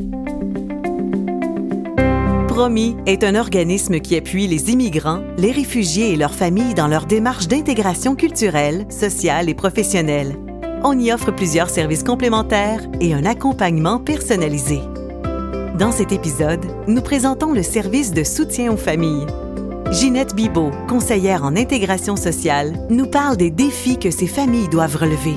Promis est un organisme qui appuie les immigrants, les réfugiés et leurs familles dans leur démarche d'intégration culturelle, sociale et professionnelle. On y offre plusieurs services complémentaires et un accompagnement personnalisé. Dans cet épisode, nous présentons le service de soutien aux familles. Ginette Bibeau, conseillère en intégration sociale, nous parle des défis que ces familles doivent relever.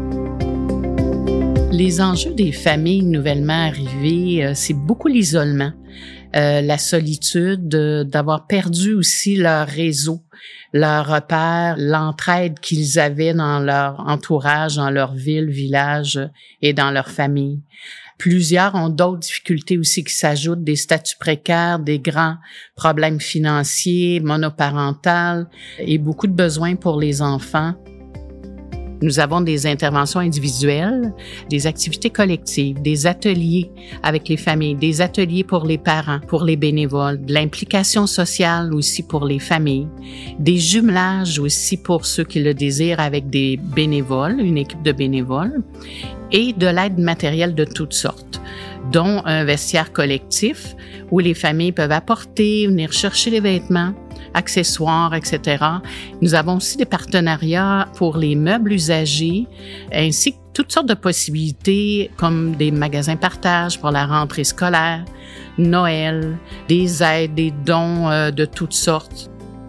Les enjeux des familles nouvellement arrivées, c'est beaucoup l'isolement, la solitude, d'avoir perdu aussi leur réseau, leurs repères, l'entraide qu'ils avaient dans leur entourage, dans leur ville, village et dans leur famille. Plusieurs ont d'autres difficultés aussi qui s'ajoutent, des statuts précaires, des grands problèmes financiers, monoparentales et beaucoup de besoins pour les enfants. Nous avons des interventions individuelles, des activités collectives, des ateliers avec les familles, des ateliers pour les parents, pour les bénévoles, de l'implication sociale aussi pour les familles, des jumelages aussi pour ceux qui le désirent avec des bénévoles, une équipe de bénévoles, et de l'aide matérielle de toutes sortes, dont un vestiaire collectif où les familles peuvent apporter, venir chercher les vêtements, accessoires, etc. Nous avons aussi des partenariats pour les meubles usagés, ainsi que toutes sortes de possibilités comme des magasins partage pour la rentrée scolaire, Noël, des aides, des dons de toutes sortes.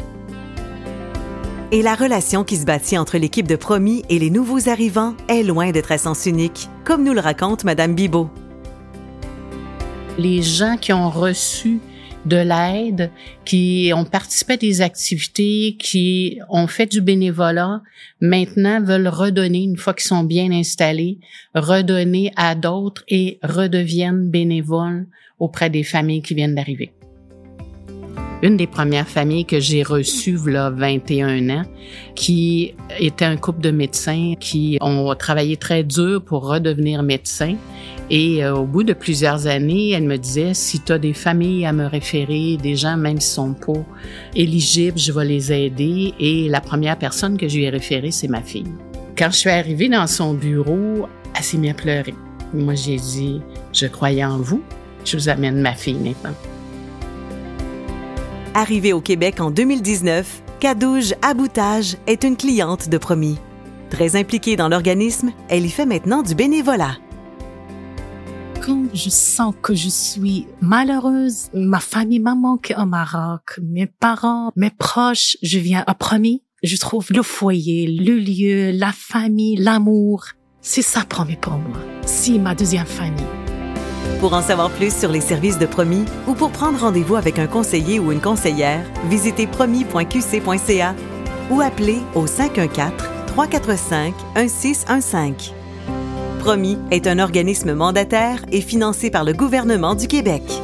Et la relation qui se bâtit entre l'équipe de Promis et les nouveaux arrivants est loin d'être à sens unique, comme nous le raconte Mme Bibeau. Les gens qui ont reçu de l'aide, qui ont participé à des activités, qui ont fait du bénévolat, maintenant veulent redonner, une fois qu'ils sont bien installés, redonner à d'autres et redeviennent bénévoles auprès des familles qui viennent d'arriver. Une des premières familles que j'ai reçues, là, 21 ans, qui était un couple de médecins qui ont travaillé très dur pour redevenir médecins. Et au bout de plusieurs années, elle me disait, si tu as des familles à me référer, des gens même s'ils sont pas éligibles, je vais les aider. Et la première personne que je lui ai référée, c'est ma fille. Quand je suis arrivée dans son bureau, elle s'est mise à pleurer. Moi, j'ai dit, je croyais en vous, je vous amène ma fille maintenant. Arrivée au Québec en 2019, Kadouj Aboutage est une cliente de Promis. Très impliquée dans l'organisme, elle y fait maintenant du bénévolat. Quand je sens que je suis malheureuse, ma famille m'a manqué au Maroc, mes parents, mes proches, je viens à Promis. Je trouve le foyer, le lieu, la famille, l'amour. C'est ça Promis pour moi. C'est ma deuxième famille. Pour en savoir plus sur les services de Promis ou pour prendre rendez-vous avec un conseiller ou une conseillère, visitez promis.qc.ca ou appelez au 514-345-1615. Promis est un organisme mandataire et financé par le gouvernement du Québec.